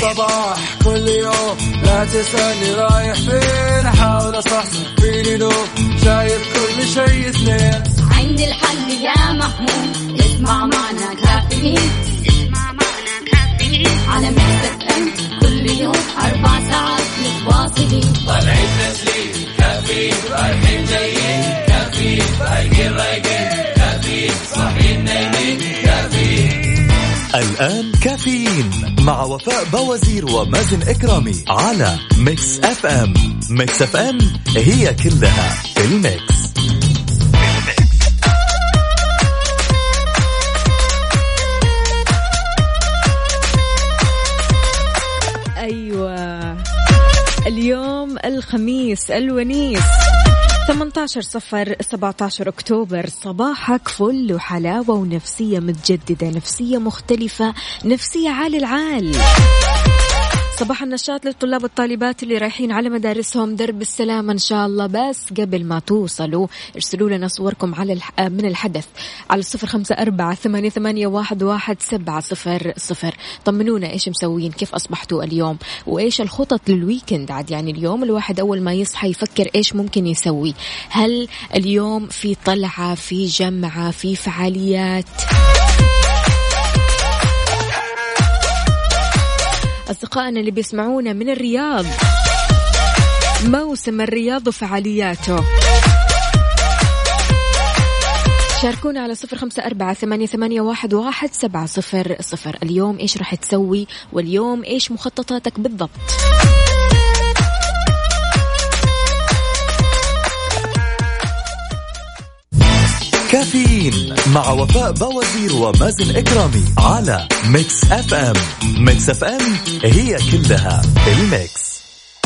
الصباح كل يوم لا تسألني رايح فين أحاول أصحصح فيني لو شايف كل شيء اثنين عندي الحل يا محمود اسمع معنا كافيين على ميكس اف ام كل يوم 4 ساعات متواصلين طالعين تسليم كافيين رايحين جايين كافيين رايقين رايقين كافيين صاحيين نايمين كافيين. الآن كافيين مع وفاء بوازير ومازن إكرامي على ميكس اف ام. ميكس اف ام هي كلها في الميكس. أيوة اليوم الخميس الونيس 18/0/17 أكتوبر. صباحك فل وحلاوة ونفسية متجددة، نفسية مختلفة، نفسية عالي العال. صباح النشاط للطلاب والطالبات اللي رايحين على مدارسهم، درب السلامة إن شاء الله. بس قبل ما توصلوا ارسلوا لنا صوركم على من الحدث على 0548811700. طمنونا إيش مسوين، كيف أصبحتوا اليوم، وإيش الخطط للويكند. عاد يعني اليوم الواحد أول ما يصحى يفكر إيش ممكن يسوي. هل اليوم في طلعة، في جمعة، في فعاليات؟ أصدقائنا اللي بيسمعونا من الرياض، موسم الرياض وفعالياته، شاركونا على 0548811700. اليوم إيش راح تسوي، واليوم إيش مخططاتك بالضبط؟ كافيين مع وفاء بوازير ومازن إكرامي على ميكس اف ام. ميكس اف ام هي كلها الميكس.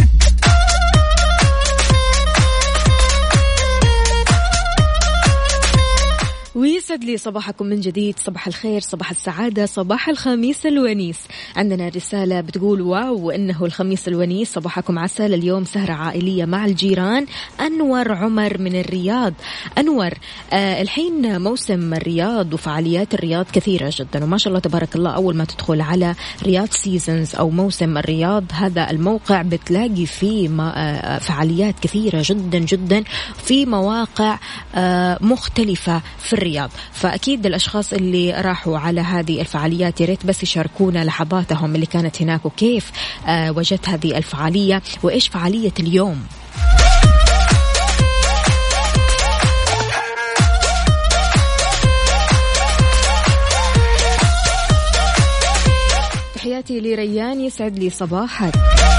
ويسعد لي صباحكم من جديد. صباح الخير، صباح السعادة، صباح الخميس الونيس. عندنا رسالة بتقول واو إنه الخميس الونيس، صباحكم عسل. اليوم سهرة عائلية مع الجيران. أنور عمر من الرياض. أنور، الحين موسم الرياض وفعاليات الرياض كثيرة جدا، وما شاء الله تبارك الله. أول ما تدخل على رياض سيزنز أو موسم الرياض، هذا الموقع بتلاقي فيه فعاليات كثيرة جدا جدا في مواقع مختلفة في الرياض. فأكيد الأشخاص اللي راحوا على هذه الفعاليات ياريت بس يشاركونا لحظاتهم اللي كانت هناك، وكيف وجدت هذه الفعالية، وإيش فعالية اليوم. تحياتي لريان، يسعد لي صباحك.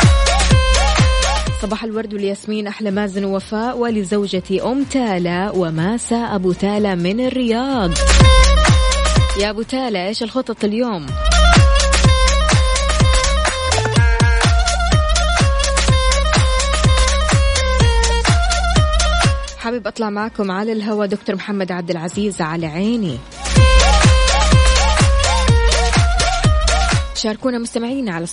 صباح الورد والياسمين، أحلى مازن ووفاء، ولزوجتي أم تالا وماسة أبو تالا من الرياض. يا أبو تالا، إيش الخطط اليوم؟ حابب أطلع معكم على الهواء. دكتور محمد عبد العزيز على عيني. شاركونا مستمعين على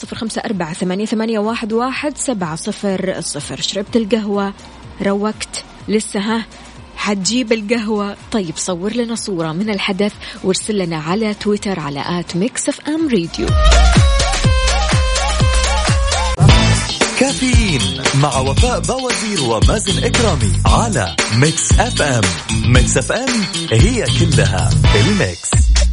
0548811700. شربت القهوة؟ روقت؟ لسه ها حتجيب القهوة؟ طيب صور لنا صورة من الحدث وارسل لنا على تويتر على @mixfmradio. كافيين مع وفاء بوازير ومازن إكرامي على ميكس اف ام. ميكس اف ام هي كلها الميكس.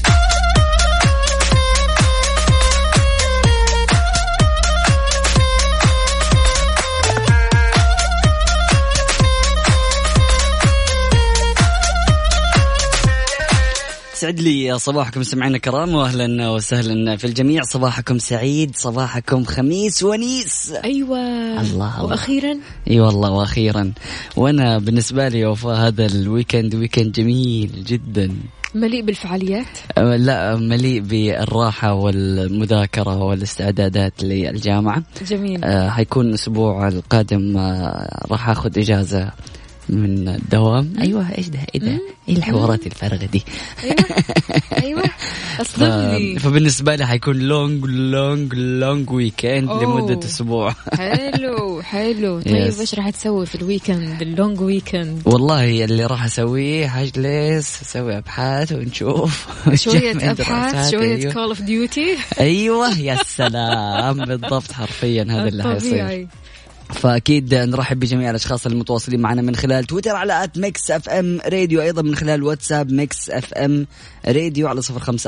سعد لي صباحكم سمعنا كرام، واهلا وسهلا في الجميع. صباحكم سعيد، صباحكم خميس ونيس. ايوه الله واخيرا. اي والله واخيرا. وانا بالنسبه لي وفاء هذا الويكند ويكند جميل جدا، مليء بالفعاليات. لا، مليء بالراحة والمذاكرة والاستعدادات للجامعة. جميل. هيكون الأسبوع القادم راح أخذ إجازة من الدوام. أيوة إيش ده إيه الحوارات الفارغة دي. أيوة أصدقني. فبالنسبة لي حيكون لونج ويكند لمدة أسبوع. حلو. طيب إيش راح تسوي في الويكند اللونج ويكند؟ والله اللي راح أسويه حجلس أسوي أبحاث ونشوف شوية أبحاث شوية كول اوف ديوتي. أيوة يا سلام بالضبط حرفيا هذا اللي حيصير. فأكيد نرحب بجميع الأشخاص المتواصلين معنا من خلال تويتر على @mixfmradio، أيضا من خلال واتساب mixfmradio على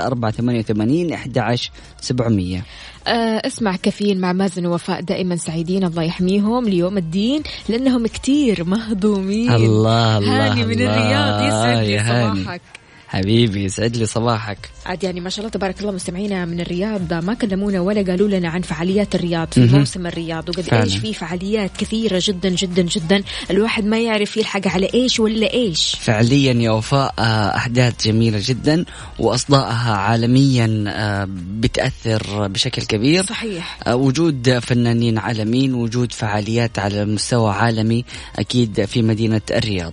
0548811700. اسمع كافيين مع مازن ووفاء دائما سعيدين الله يحميهم ليوم الدين لأنهم كتير مهضومين. الله هاني من الرياض يسعد لي صباحك حبيبي، يسعد لي صباحك. عاد يعني ما شاء الله تبارك الله مستمعينا من الرياض ما كلمونا ولا قالوا لنا عن فعاليات الرياض في موسم الرياض، وقد ايش في فعاليات كثيرة جدا جدا جدا الواحد ما يعرف يلحق على ايش ولا ايش. فعليا يا وفاء أحداث جميلة جدا وأصداءها عالميا بتأثر بشكل كبير. صحيح. وجود فنانين عالميين، وجود فعاليات على مستوى عالمي أكيد في مدينة الرياض.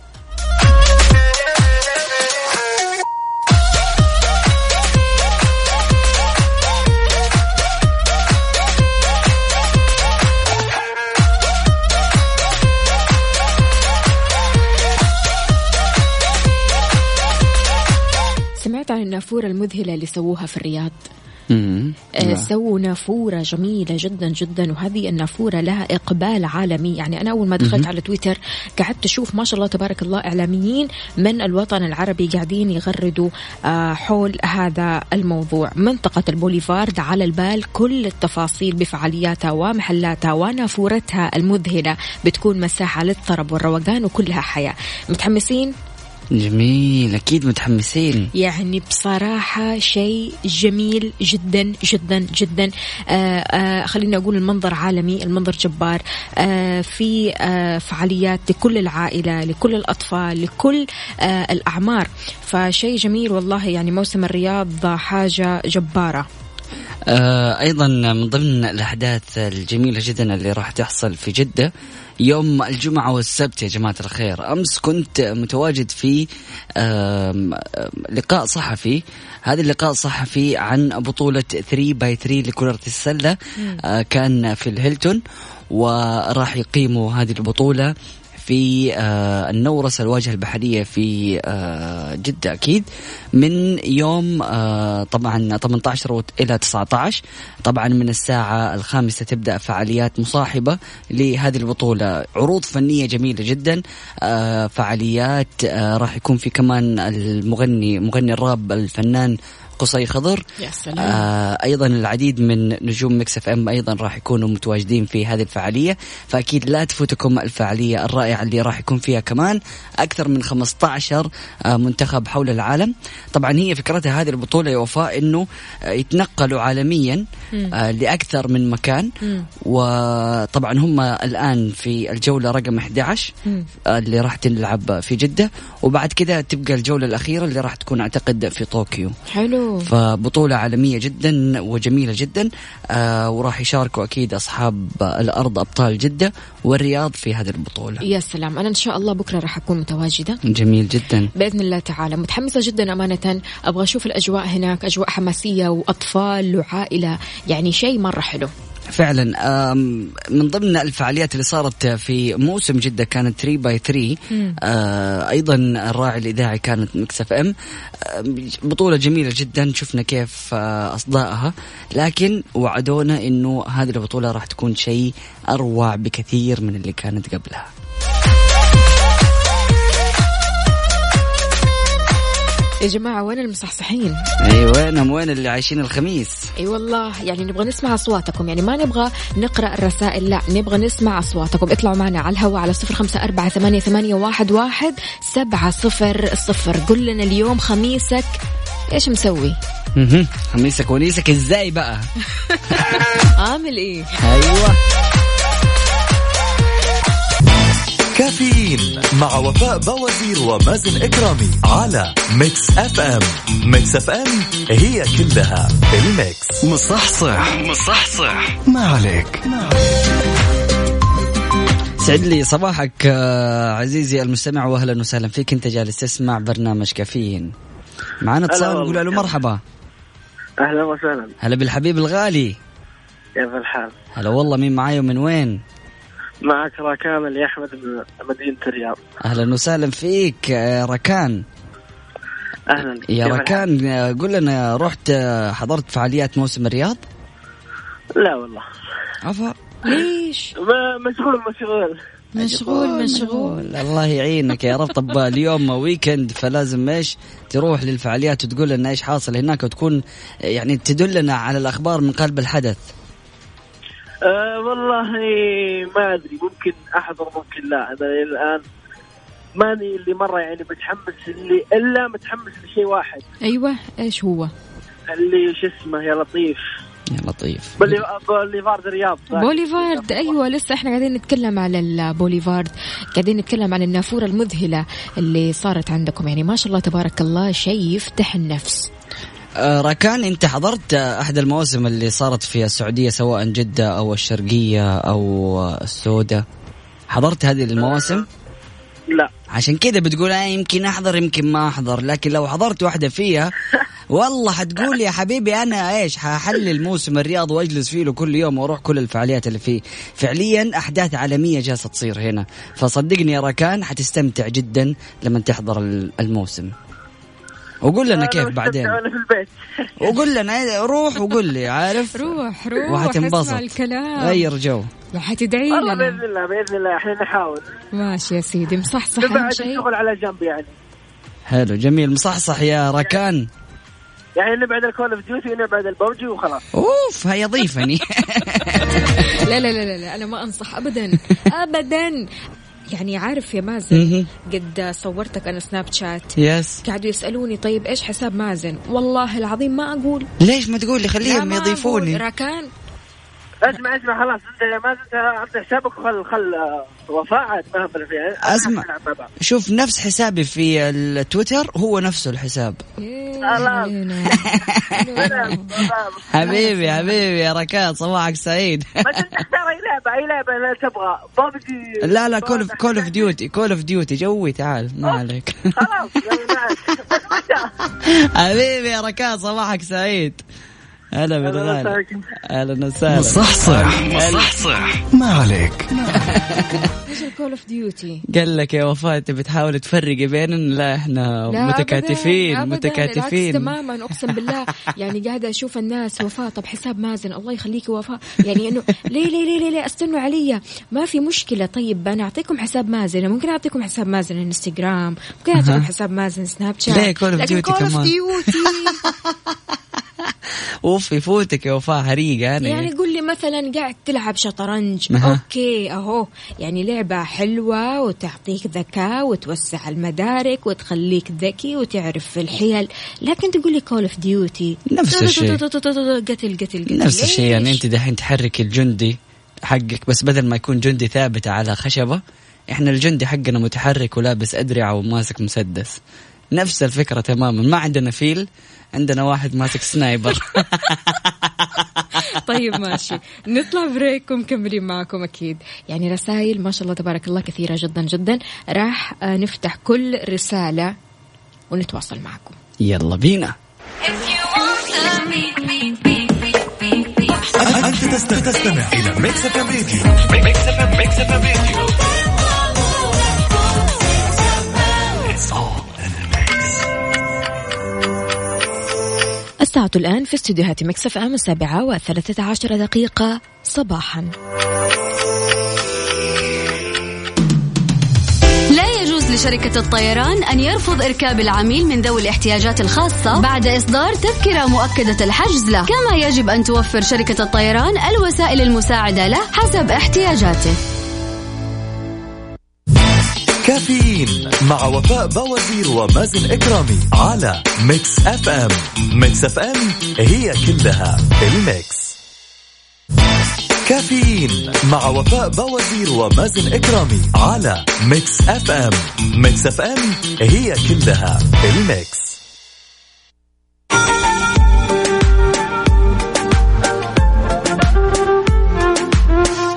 سمعت عن النافورة المذهلة اللي سووها في الرياض. سووا نافورة جميلة جدا جدا، وهذه النافورة لها إقبال عالمي. يعني أنا أول ما دخلت على تويتر قعدت أشوف ما شاء الله تبارك الله إعلاميين من الوطن العربي قاعدين يغردوا حول هذا الموضوع. منطقة البوليفارد على البال، كل التفاصيل بفعالياتها ومحلاتها ونافورتها المذهلة، بتكون مساحة للطرب والروقان وكلها حياة. متحمسين؟ جميل، أكيد متحمسين. يعني بصراحة شيء جميل جدا جدا جدا. خلينا أقول المنظر عالمي، المنظر جبار. في فعاليات لكل العائلة، لكل الأطفال، لكل الأعمار، فشيء جميل والله. يعني موسم الرياض حاجة جبارة. أيضا من ضمن الأحداث الجميلة جدا اللي راح تحصل في جدة يوم الجمعة والسبت يا جماعة الخير. أمس كنت متواجد في لقاء صحفي. هذا اللقاء الصحفي عن بطولة 3x3 لكرة السلة. كان في الهيلتون، وراح يقيموا هذه البطولة في النورس الواجهة البحرية في جدة أكيد من يوم طبعا 18 إلى 19. طبعا من الساعة 5 تبدأ فعاليات مصاحبة لهذه البطولة، عروض فنية جميلة جدا، فعاليات راح يكون في كمان مغني الراب الفنان قصي خضر. أيضا العديد من نجوم ميكس اف ام أيضا راح يكونوا متواجدين في هذه الفعالية، فأكيد لا تفوتكم الفعالية الرائعة اللي راح يكون فيها كمان أكثر من 15 منتخب حول العالم. طبعا هي فكرتها هذه البطولة يا وفاء إنه يتنقلوا عالميا لأكثر من مكان. وطبعا هم الآن في الجولة رقم 11 اللي راح تلعب في جدة، وبعد كده تبقى الجولة الأخيرة اللي راح تكون أعتقد في طوكيو. حلو. فبطولة عالمية جدا وجميلة جدا. وراح يشاركوا أكيد أصحاب الأرض أبطال جدة والرياض في هذه البطولة. يا سلام، أنا إن شاء الله بكرة راح أكون متواجدة. جميل جدا بإذن الله تعالى. متحمسة جدا أمانة، أبغى أشوف الأجواء هناك، أجواء حماسية وأطفال وعائلة، يعني شيء مرة حلو فعلا. من ضمن الفعاليات اللي صارت في موسم جدة كانت 3x3. أيضا الراعي الإذاعي كانت ميكس اف ام. بطولة جميلة جدا، شفنا كيف أصدائها، لكن وعدونا إنه هذه البطولة راح تكون شيء أروع بكثير من اللي كانت قبلها. يا جماعة وين المصحصحين؟ وينهم؟ وين اللي عايشين الخميس؟ والله يعني نبغى نسمع أصواتكم، يعني ما نبغى نقرأ الرسائل، لا نبغى نسمع أصواتكم. اطلعوا معنا على الهواء على 0548811700. قل لنا اليوم خميسك إيش مسوي؟ خميسك ونيسك إزاي بقى؟ عامل إيه؟ أيوة. كافيين مع وفاء بوازير ومازن إكرامي على ميكس اف ام. ميكس اف ام هي كلها الميكس. مصحصح ما عليك. يسعد لي صباحك عزيزي المستمع، واهلا وسهلا فيك. انت جالس تسمع برنامج كافيين. معنا اتصال، نقول له مرحبا. اهلا وسهلا. هلا بالحبيب الغالي، كيف الحال؟ هلا والله. مين معاي ومن وين؟ معك راكان يا احمد من مدينة الرياض. اهلا وسهلا فيك ركان. اهلا يا ركان، قول لنا، رحت حضرت فعاليات موسم الرياض؟ لا والله. عفا ليش؟ مشغول. الله يعينك يا رب. طب اليوم ويكند، فلازم ايش تروح للفعاليات وتقول لنا ايش حاصل هناك، وتكون يعني تدلنا على الاخبار من قلب الحدث. والله ما ادري، ممكن احضر ممكن لا. انا الان ماني اللي مرة يعني متحمس، اللي الا متحمس لشيء واحد. ايوه، ايش هو؟ اللي شو اسمه يا لطيف. يا لطيف، بوليفارد الرياض. بوليفارد، أيوة. لسه احنا قاعدين نتكلم على البوليفارد، قاعدين نتكلم عن النافورة المذهلة اللي صارت عندكم. يعني ما شاء الله تبارك الله، شيء يفتح النفس. راكان، انت حضرت احد المواسم اللي صارت في السعودية، سواء جدة او الشرقية او السوداء؟ حضرت هذه المواسم؟ لا. عشان كده بتقول يمكن احضر يمكن ما احضر، لكن لو حضرت واحدة فيها والله حتقول يا حبيبي انا ايش ححلل موسم الرياض واجلس فيه له كل يوم واروح كل الفعاليات اللي فيه. فعليا احداث عالمية جالسة تصير هنا، فصدقني يا راكان حتستمتع جدا لما تحضر الموسم. وقول لنا كيف بعدين، وقول لنا روح وقول لي، عارف، روح وحتنبسط. الكلام غير جو وحتدعي لنا. بإذن الله احنا نحاول. ماشي يا سيدي، مصحصح أهم شيء. الشغل على جنب يعني. حلو، جميل، مصحصح يا راكان. يعني نبعد الكول اوف ديوتي ونبعد البوجي وخلاص. اوف، هيا ضيفني. لا لا لا لا، انا ما انصح ابدا ابدا. يعني عارف يا مازن، قد صورتك أنا سناب شات، يس، قاعدوا يسألوني طيب إيش حساب مازن. والله العظيم ما أقول. ليش ما تقول لي؟ خليهم يضيفوني. راكان اسمع خلاص، انت ما انت حسابك خل وفاء ما فيها. اسمع، شوف، نفس حسابي في التويتر هو نفسه الحساب. حبيبي يا ركان، صباحك سعيد. ما تختار اي لعبه لا تبغى بابجي. لا كول اوف ديوتي جوي، تعال ما عليك. خلاص حبيبي يا ركان، صباحك سعيد. هلا بالغالي، اهلا وسهلا. مصحصح ما عليك. ايش الكول اوف ديوتي؟ قال لك يا وفاء انت بتحاول تفرقي بيننا. لا احنا متكاتفين. متكاتفين تماما، اقسم بالله. يعني قاعده اشوف الناس، وفاء طب حساب مازن، الله يخليكي وفاء، يعني انه ليه استنوا علي، ما في مشكله. طيب انا اعطيكم حساب مازن، ممكن اعطيكم حساب مازن انستغرام، ممكن اعطيكم حساب مازن سناب شات. ليه كول اوف ديوتي كمان؟ اوف، يفوتك يا وفاء هريقة. يعني قول لي مثلا قاعد تلعب شطرنج، اوكي اهو، يعني لعبة حلوة وتعطيك ذكاء وتوسع المدارك وتخليك ذكي وتعرف الحيل، لكن تقول لي كول اوف ديوتي نفس الشيء، قتل نفس الشيء. يعني انت دحين تحرك الجندي حقك، بس بدل ما يكون جندي ثابت على خشبة، احنا الجندي حقنا متحرك ولابس أدرع وماسك مسدس. نفس الفكرة تماما. ما عندنا فيل، عندنا واحد ماسك سنايبر. طيب ماشي، نطلع بريك ومكملين معكم أكيد. يعني رسائل ما شاء الله تبارك الله كثيرة جدا جدا، راح نفتح كل رسالة ونتواصل معكم. يلا بينا. أنت تستمع إلى ميكس اف ام راديو. الساعة الآن في استديوهات ميكس اف ام 7:13 صباحا. لا يجوز لشركة الطيران أن يرفض إركاب العميل من ذوي الاحتياجات الخاصة بعد إصدار تذكرة مؤكدة الحجز له، كما يجب أن توفر شركة الطيران الوسائل المساعدة له حسب احتياجاته. كافيين مع وفاء بوازير ومازن إكرامي على ميكس اف ام. ميكس اف ام هي كلها الميكس. كافيين مع وفاء بوازير ومازن إكرامي على ميكس اف ام. ميكس اف ام هي كلها الميكس.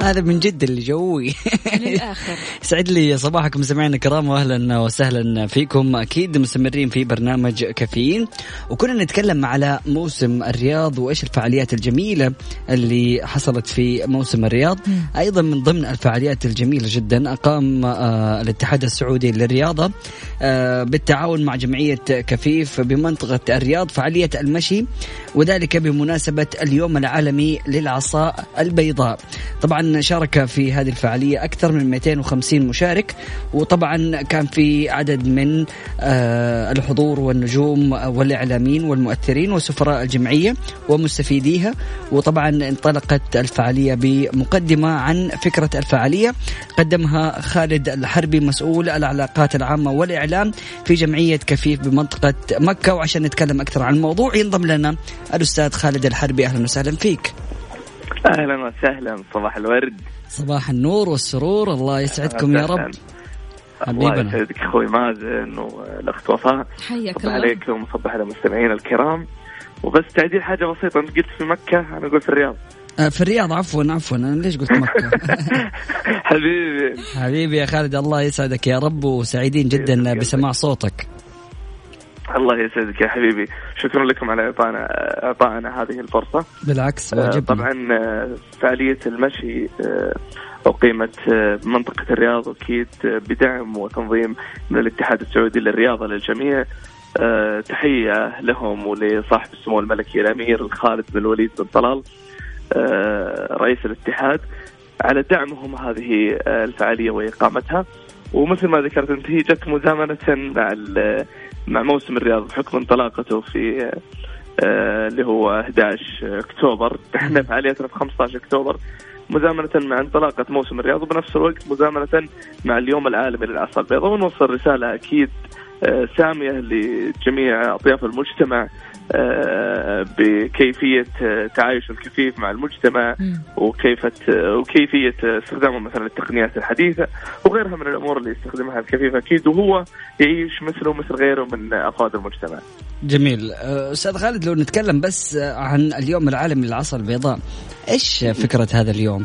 هذا من جد اللي جوي للآخر. سعد لي صباحكم سمعنا كرام، واهلا وسهلا فيكم. اكيد مستمرين في برنامج كافيين، وكنا نتكلم على موسم الرياض وايش الفعاليات الجميله اللي حصلت في موسم الرياض. ايضا من ضمن الفعاليات الجميله جدا اقام الاتحاد السعودي للرياضه بالتعاون مع جمعيه كفيف بمنطقه الرياض فعاليه المشي، وذلك بمناسبه اليوم العالمي للعصا البيضاء. طبعا شارك في هذه الفعاليه اكثر من 250 مشارك، وطبعا كان في عدد من الحضور والنجوم والإعلاميين والمؤثرين وسفراء الجمعية ومستفيديها. وطبعا انطلقت الفعالية بمقدمة عن فكرة الفعالية قدمها خالد الحربي مسؤول العلاقات العامة والإعلام في جمعية كفيف بمنطقة مكة. وعشان نتكلم أكثر عن الموضوع ينضم لنا الأستاذ خالد الحربي. أهلا وسهلا فيك. أهلا وسهلا، صباح الورد. صباح النور والسرور، الله يسعدكم يا رب. الله يسعدك أخوي مازن والأخت وفاء، حياك الله. عليكم وصبح على المستمعين الكرام. وبس تعديل حاجة بسيطة، أنت قلت في مكة، أنا أقول في الرياض. في الرياض، عفوا أنا ليش قلت مكة؟ حبيبي يا خالد، الله يسعدك يا رب، وسعيدين جدا بسماع صوتك. الله يسعدك يا حبيبي، شكرا لكم على إعطائنا هذه الفرصة. بالعكس واجبنا. طبعا فعالية المشي أقيمت بمنطقة الرياض، أكيد بدعم وتنظيم من الاتحاد السعودي للرياضة للجميع. تحية لهم ولصاحب السمو الملكي الأمير خالد بن الوليد بن طلال رئيس الاتحاد على دعمهم هذه الفعالية وإقامتها. ومثل ما ذكرت أنت، هي جت مزامنة مع موسم الرياض بحكم انطلاقته في اللي هو 11 أكتوبر. احنا فعالياتنا في 15 أكتوبر، مزامنة مع انطلاقة موسم الرياض، وبنفس الوقت مزامنة مع اليوم العالمي للعصا البيضاء. ونوصل رسالة أكيد سامية لجميع أطياف المجتمع بكيفية تعايش الكفيف مع المجتمع، وكيفية استخدامه مثلا التقنيات الحديثة وغيرها من الأمور اللي يستخدمها الكفيف أكيد، وهو يعيش مثله مثل غيره من أفراد المجتمع. جميل. أستاذ خالد، لو نتكلم بس عن اليوم العالمي للعصا البيضاء، إيش فكرة هذا اليوم؟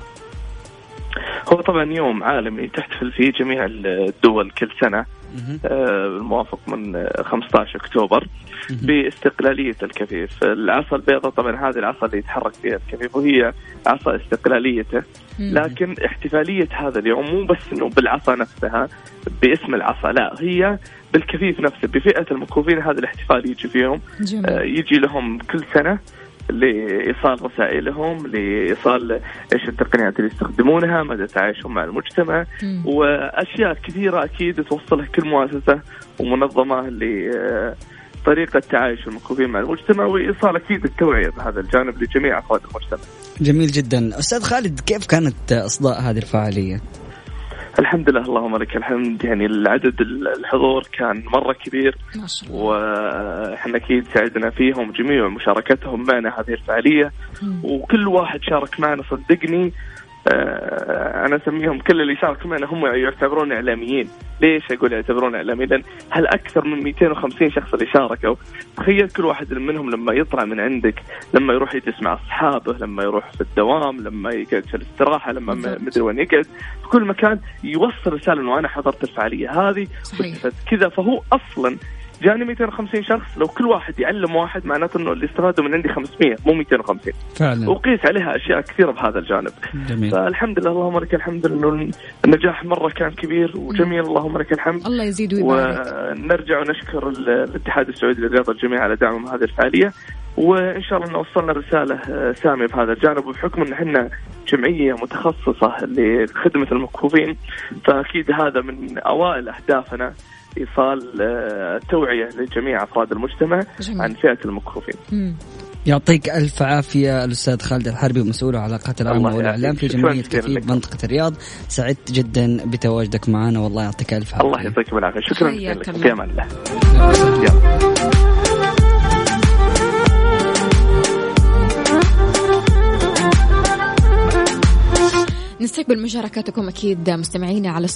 هو طبعا يوم عالمي تحتفل فيه جميع الدول كل سنة الموافق من 15 أكتوبر باستقلالية الكفيف. العصا البيضاء طبعا هذه العصا اللي يتحرك فيها الكفيف، وهي عصا استقلاليته. لكن احتفالية هذا اليوم مو بس إنه بالعصا نفسها باسم العصا، لا، هي بالكفيف نفسه بفئة المكفوفين. هذا الاحتفال يجي فيهم يجي لهم كل سنة لإيصال رسائلهم، لإيصال إيش التقنيات اللي يستخدمونها، مدى تعايشهم مع المجتمع، وأشياء كثيرة أكيد توصلها كل مؤسسة ومنظمة لطريقة تعايش المكفوفين مع المجتمع، وإيصال أكيد التوعية بهذا الجانب لجميع أفراد المجتمع. جميل جدا. أستاذ خالد، كيف كانت إصداء هذه الفعالية؟ الحمد لله، اللهم لك الحمد. يعني العدد الحضور كان مرة كبير، وإحنا أكيد سعدنا فيهم جميع مشاركتهم معنا هذه الفعالية، وكل واحد شارك معنا صدقني. أنا أسميهم كل اللي شارك معنا هم يعتبرون إعلاميين. ليش أقول يعتبرون إعلاميين؟ لأن هل أكثر من 250 شخص اللي شاركوا، تخيل كل واحد منهم لما يطلع من عندك، لما يروح يجلس مع أصحابه، لما يروح في الدوام، لما يقعد في الاستراحة، لما مدري وين يقعد، في كل مكان يوصل رسالة إنه أنا حضرت الفعالية هذه كذا. فهو أصلاً جاني 250 شخص، لو كل واحد يعلم واحد معناته انه اللي استفادوا من عندي 500 مو 250 فعلا. وقيس عليها اشياء كثيره بهذا الجانب. جميل. فالحمد لله، اللهم لك الحمد، انه النجاح مره كان كبير وجميل، اللهم لك الحمد. الله يزيد ويبارك. ونرجع ونشكر الاتحاد السعودي للرياضه الجميع على دعمهم هذه الفعاليه، وان شاء الله ان وصلنا رساله ساميه بهذا الجانب. وبحكم ان احنا جمعيه متخصصه لخدمه المكفوفين، فاكيد هذا من اوائل اهدافنا إيصال توعية لجميع أفراد المجتمع عن فئة المكفوفين. يعطيك ألف عافية الأستاذ خالد الحربي، مسؤول العلاقات العامة والإعلام في جمعية كفيف منطقة الرياض. سعدت جدا بتواجدك معنا، والله يعطيك ألف عافية. الله يعطيك بالعافية، شكرا لك. في أمان الله. نستقبل مشاركاتكم أكيد مستمعينا على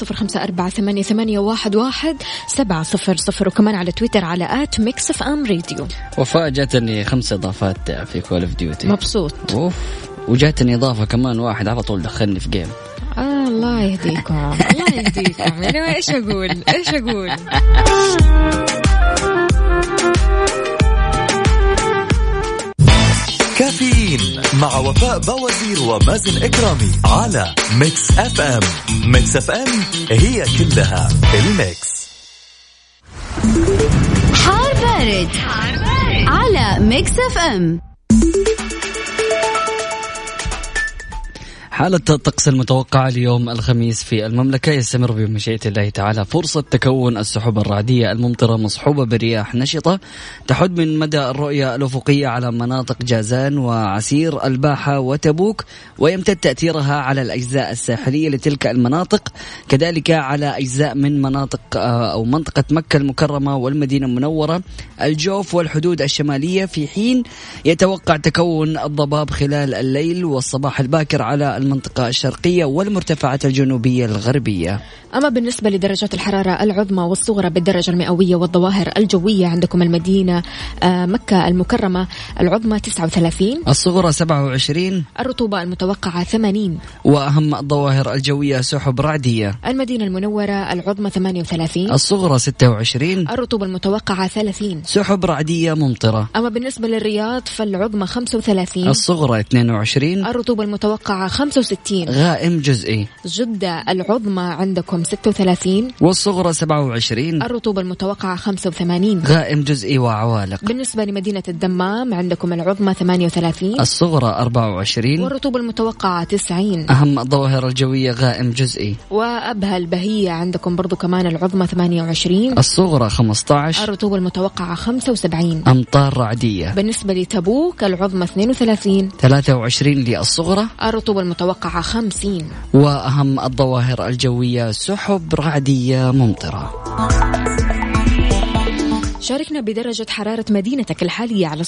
0548811700 وكمان على تويتر على @mixfmradio. وفاء جاتني 5 إضافات في كول اوف ديوتي. مبسوط. أوف. وجاتني إضافة كمان واحد على طول دخلني في جيم. الله يهديكم الله يهديكم. أنا إيش أقول كافيين مع وفاء بوازير ومازن إكرامي على ميكس اف ام. ميكس اف ام هي كلها الميكس. حار بارد على ميكس اف ام. حالة الطقس المتوقعة اليوم الخميس في المملكة يستمر بمشيئة الله تعالى فرصة تكون السحب الرعدية الممطرة مصحوبة برياح نشطة تحد من مدى الرؤية الأفقية على مناطق جازان وعسير الباحة وتبوك، ويمتد تأثيرها على الأجزاء الساحلية لتلك المناطق، كذلك على أجزاء من مناطق أو منطقة مكة المكرمة والمدينة المنورة، الجوف والحدود الشمالية، في حين يتوقع تكون الضباب خلال الليل والصباح الباكر على المنطقة الشرقية والمرتفعات الجنوبية الغربية. أما بالنسبة لدرجات الحرارة العظمى والصغرى بالدرجة المئوية والظواهر الجوية، عندكم المدينة مكة المكرمة العظمى 39، الصغرى 27، الرطوبة المتوقعة 80، وأهم الظواهر الجوية سحب رعدية. المدينة المنورة العظمى 38، الصغرى 26، الرطوبة المتوقعة 30، سحب رعدية ممطرة. أما بالنسبة للرياض فالعظمى 35، الصغرى 22، الرطوبة المتوقعة 65، غائم جزئي. جدة العظمى عندكم 36 والصغرى 27، الرطوبة المتوقعة 85، غائم جزئي وعوالق. بالنسبة لمدينة الدمام عندكم العظمى 38، الصغرى 24، والرطوبة المتوقعة 90. أهم الظواهر الجوية غائم جزئي. وأبها البهية عندكم برضو كمان العظمى 28، الصغرى 15، الرطوبة المتوقعة 75، أمطار رعدية. بالنسبة لتبوك العظمى 32، 23 للصغرى، الرطوبة المتوقعة 50. وأهم الظواهر الجوية سحب رعدية ممطرة. شاركنا بدرجة حرارة مدينتك الحالية على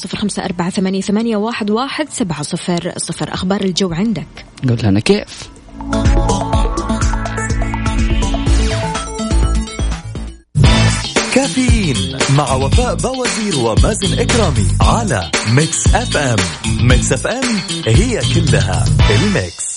0548811700. أخبار الجو عندك، قول لنا كيف. كافيين مع وفاء بوازير ومازن إكرامي على ميكس اف ام. ميكس اف ام هي كلها الميكس.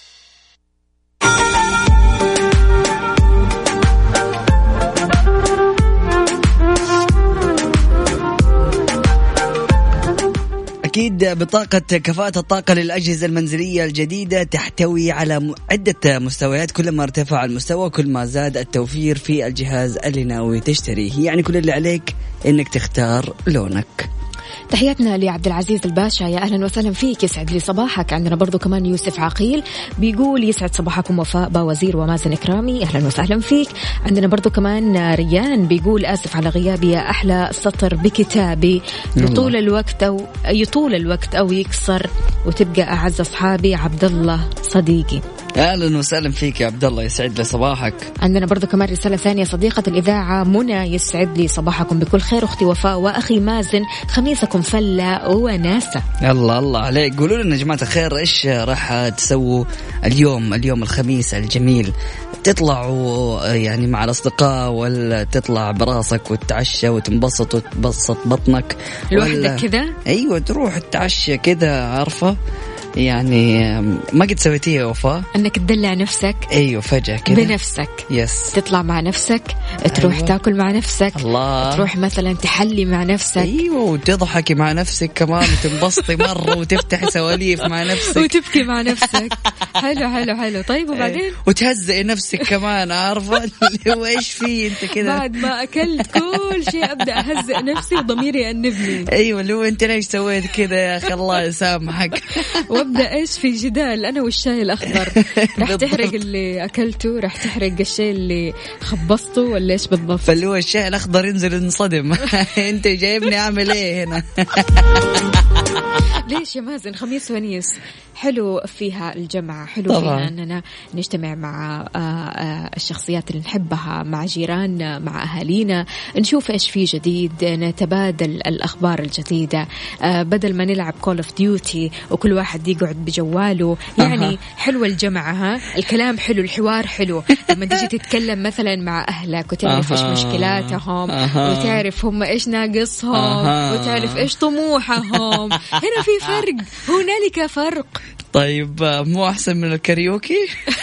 أكيد بطاقة كفاءة الطاقة للأجهزة المنزلية الجديدة تحتوي على عدة مستويات، كلما ارتفع المستوى كل ما زاد التوفير في الجهاز اللي ناوي تشتريه. يعني كل اللي عليك إنك تختار لونك. تحياتنا لعبد العزيز الباشا، يا أهلا وسهلا فيك، يسعد لي صباحك. عندنا برضو كمان يوسف عقيل بيقول يسعد صباحكم وفاء باوزير ومازن إكرامي، أهلا وسهلا فيك. عندنا برضو كمان ريان بيقول آسف على غيابي يا أحلى سطر بكتابي، يطول الوقت أو يكسر وتبقى أعز أصحابي. عبد الله صديقي، أهلا وسهلا فيك يا عبد الله، يسعد لي صباحك. عندنا برضو كمان رسالة ثانية، صديقة الإذاعة منى، يسعد لي صباحكم بكل خير. أختي وفاء وأخي مازن، خميسكم فلة وناسة. الله عليك. قولوا لنا يا جماعة الخير إيش راح تسووا اليوم الخميس الجميل؟ تطلعوا يعني مع الأصدقاء، ولا تطلع براسك وتتعشى وتنبسط وتبسط بطنك لوحدك كذا؟ أيوة، تروح تتعشى كذا، عارفة يعني ما قد سويتيه وفاء، انك تدلع نفسك. ايوه فجأة كده بنفسك. يس. تطلع مع نفسك، تروح أيوة. تاكل مع نفسك. الله. تروح مثلا تحلي مع نفسك. ايوه، وتضحكي مع نفسك كمان، وتنبسطي مرة، وتفتحي سواليف مع نفسك، وتبكي مع نفسك. حلو. طيب وبعدين وتهزئي نفسك كمان، عارفة اللي هو ايش فيه انت كده بعد ما اكلت كل شيء ابدا اهزئ نفسي وضميري يأنبني. ايوه، اللي هو انت ليش سويت كذا يا اخي، الله يسامحك. وابدا ايش في جدال انا والشاي الاخضر، راح تحرق اللي اكلته، راح تحرق الشيء اللي خبصته، ولا ايش بالضبط؟ فاللي هو الشاي الاخضر ينزل ينصدم. انت جايبني اعمل ايه هنا؟ ليش يا مازن؟ خميس ونيس حلو فيها الجمعة، حلو طبعا. فيها أننا نجتمع مع الشخصيات اللي نحبها، مع جيراننا، مع أهالينا، نشوف إيش في جديد، نتبادل الأخبار الجديدة، بدل ما نلعب كول اوف ديوتي وكل واحد يقعد بجواله. يعني حلوة الجمعة، ها الكلام حلو، الحوار حلو، لما تيجي تتكلم مثلا مع أهلك وتعرف إيش مشكلاتهم، وتعرف هم إيش ناقصهم، وتعرف إيش طموحهم. هنا في فرق، هنالك فرق. طيب مو أحسن من الكاريوكي؟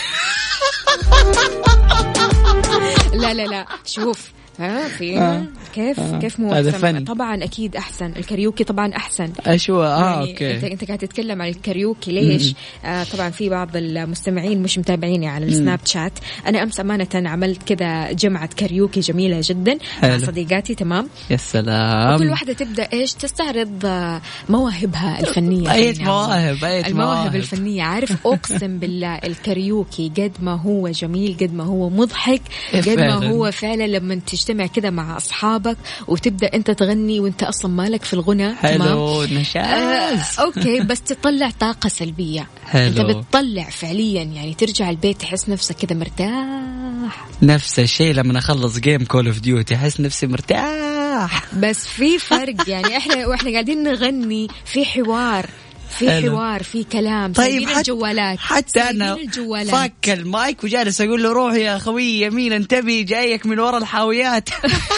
لا شوف في كيف مو أحسن؟ طبعا أكيد أحسن الكاريوكي، طبعا أحسن. أشوى يعني أوكي. أنت قاعد تتكلم عن الكاريوكي ليش؟ طبعا في بعض المستمعين مش متابعيني على السناب شات. أنا أمس أمانة عملت كذا جمعة كاريوكي جميلة جدا مع صديقاتي. تمام يا سلام. وكل واحدة تبدأ إيش تستعرض مواهبها الفنية. المواهب الفنية. عارف أقسم بالله الكاريوكي قد ما هو جميل، قد ما هو مضحك، قد ما هو فعلا لما تجتمع كده مع أصحابك وتبدأ أنت تغني وأنت أصلا مالك في الغنى. حلو نشاز. أوكي بس تطلع طاقة سلبية. حلو. أنت بتطلع فعليا يعني ترجع البيت تحس نفسك كده مرتاح. نفس الشيء لما أخلص جيم كول اوف ديوتي أحس نفسي مرتاح. بس في فرق يعني إحنا قاعدين نغني في حوار، في كلام. طيب الجوالات حتى أنا فك المايك وجالس أقول له روح يا خوي يمين انتبه جايك من وراء الحاويات.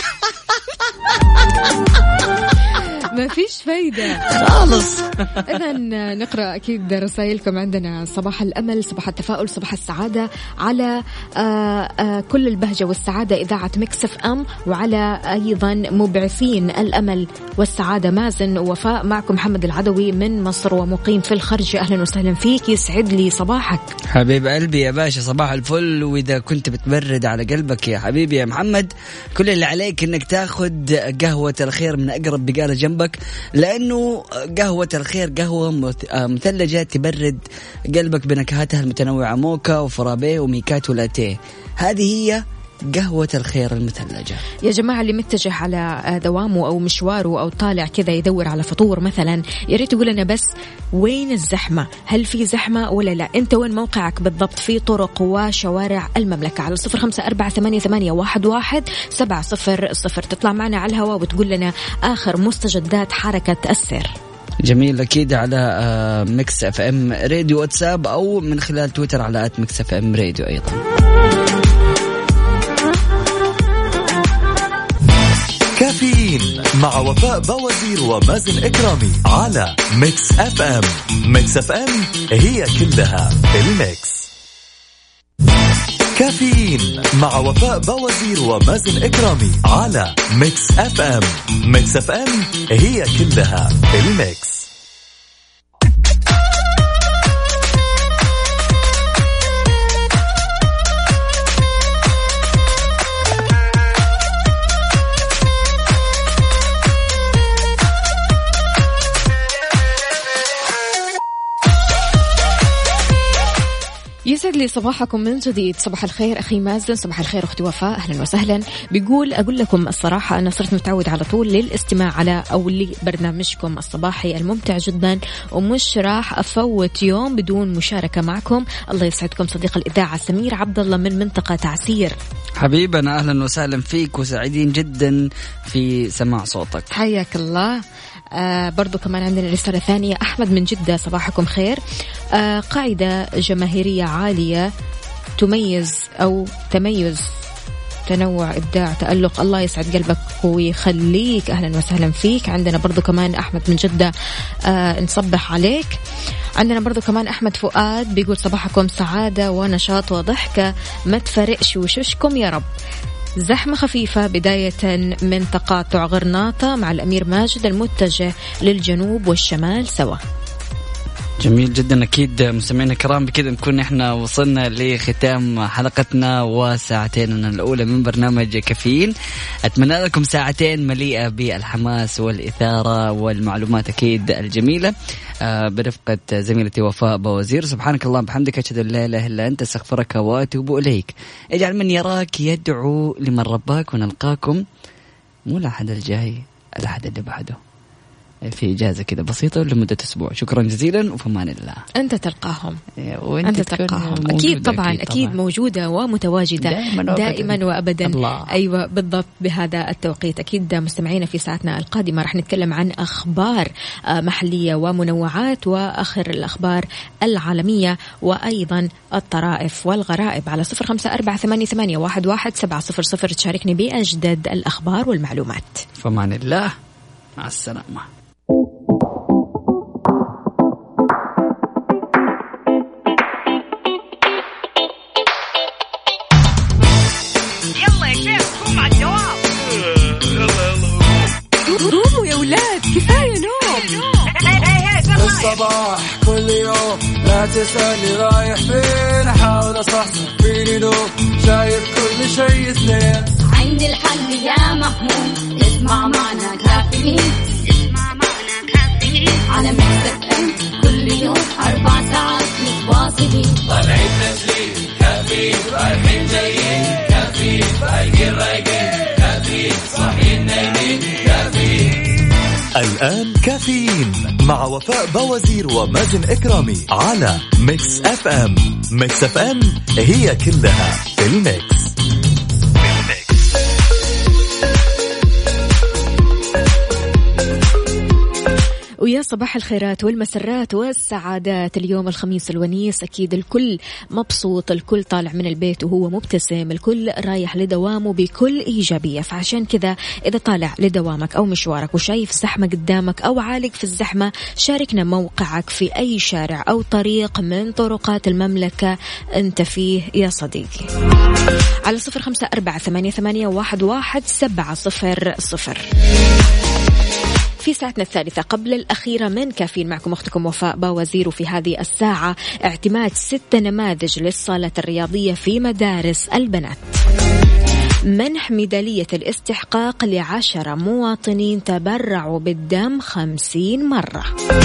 ما فيش فايدة خالص. إذن نقرأ أكيد رسائلكم. عندنا صباح الأمل، صباح التفاؤل، صباح السعادة على كل البهجة والسعادة إذاعة ميكس اف ام، وعلى أيضا مبعثين الأمل والسعادة مازن ووفاء. معكم محمد العدوي من مصر ومقيم في الخرج. أهلا وسهلا فيك، يسعد لي صباحك حبيب قلبي يا باشا. صباح الفل. وإذا كنت بتبرد على قلبك يا حبيبي يا محمد، كل اللي عليك إنك تاخد قهوة الخير من أقرب بقالة جنبك، لأنه قهوة الخير قهوة مثلجة تبرد قلبك بنكهاتها المتنوعة، موكا وفرابيه وميكات ولاتيه. هذه هي قهوة الخير المثلجة. يا جماعة اللي متجه على دوامه أو مشواره أو طالع كذا يدور على فطور مثلا، يا ريت تقول لنا بس وين الزحمة، هل في زحمة ولا لا؟ أنت وين موقعك بالضبط في طرق وشوارع المملكة؟ على 0548811700 تطلع معنا على الهواء وتقول لنا آخر مستجدات حركة السير. جميل. أكيد على ميكس اف ام راديو واتساب، أو من خلال تويتر على @ميكس اف ام راديو أيضا. كافيين مع وفاء بوازير ومازن إكرامي على ميكس اف ام. ميكس اف ام هي كلها الميكس. كافيين مع وفاء بوازير ومازن إكرامي على ميكس اف ام. ميكس اف ام هي كلها الميكس. يسعد لي صباحكم من جديد. صباح الخير أخي مازن، صباح الخير أختي وفاء، أهلا وسهلا. بيقول أقول لكم الصراحة أنا صرت متعود على طول للاستماع على أو لبرنامجكم الصباحي الممتع جدا، ومش راح أفوت يوم بدون مشاركة معكم. الله يسعدكم. صديق الإذاعة سمير عبد الله من منطقة تعسير. حبيبنا أهلا وسهلا فيك، وسعيدين جدا في سماع صوتك. حياك الله. برضو كمان عندنا رسالة ثانية. أحمد من جدة، صباحكم خير. قاعدة جماهيرية عالية تميز أو تميز، تنوع، إبداع، تألق. الله يسعد قلبك ويخليك. أهلا وسهلا فيك. عندنا برضو كمان أحمد من جدة، نصبح عليك. عندنا برضو كمان أحمد فؤاد بيقول صباحكم سعادة ونشاط وضحكة، ما تفرقش وشوشكم يا رب. زحمة خفيفة بداية من تقاطع غرناطة مع الأمير ماجد المتجه للجنوب والشمال سوا. جميل جدا. أكيد مستمعينا الكرام بكذا نكون إحنا وصلنا لختام حلقتنا وساعتين الأولى من برنامج كافيين. أتمنى لكم ساعتين مليئة بالحماس والإثارة والمعلومات أكيد الجميلة برفقة زميلتي وفاء بوازير. سبحانك اللهم بحمدك، أشهد أن لا إله إلا أنت، استغفرك وأتوب إليك. اجعل من يراك يدعو لمن رباك، ونلقاكم مو الأحد الجاي، الأحد اللي بعده في إجازة كده بسيطة لمدة أسبوع. شكرا جزيلا وفمان الله. أنت تلقاهم، أنت تلقاهم أكيد طبعا. أكيد موجودة ومتواجدة دائما وأبدا. الله. أيوة بالضبط بهذا التوقيت. أكيد مستمعينا في ساعتنا القادمة رح نتكلم عن أخبار محلية ومنوعات، وآخر الأخبار العالمية، وأيضا الطرائف والغرائب. على 0548811700 تشاركني بأجدد الأخبار والمعلومات. فمان الله، مع السلامة. لا تسألني رايح فين أحاول أصحصح فيني لو شايف كل شيء اثنين عندي الحل يا محمود اسمع معنا كافيين على ميكس اف ام كل يوم 4 ساعات متواصلين طالعين تسليم كافيين رايحين جايين كافيين فايقين رايقين كافيين صاحيين نايمين كافيين. الآن كافيين مع وفاء بوازير ومازن إكرامي على ميكس اف ام. ميكس اف ام هي كلها في الميكس. ويا صباح الخيرات والمسرات والسعادات. اليوم الخميس الونيس، أكيد الكل مبسوط، الكل طالع من البيت وهو مبتسم، الكل رايح لدوامه بكل إيجابية. فعشان كذا إذا طالع لدوامك أو مشوارك وشايف زحمة قدامك أو عالق في الزحمة، شاركنا موقعك في أي شارع أو طريق من طرقات المملكة أنت فيه يا صديقي على 0548811700. في ساعتنا الثالثة قبل الأخيرة من كافيين معكم أختكم وفاء باوزير. وفي هذه الساعة اعتماد 6 نماذج للصالة الرياضية في مدارس البنات، منح ميدالية الاستحقاق ل10 مواطنين تبرعوا بالدم 50 مرة.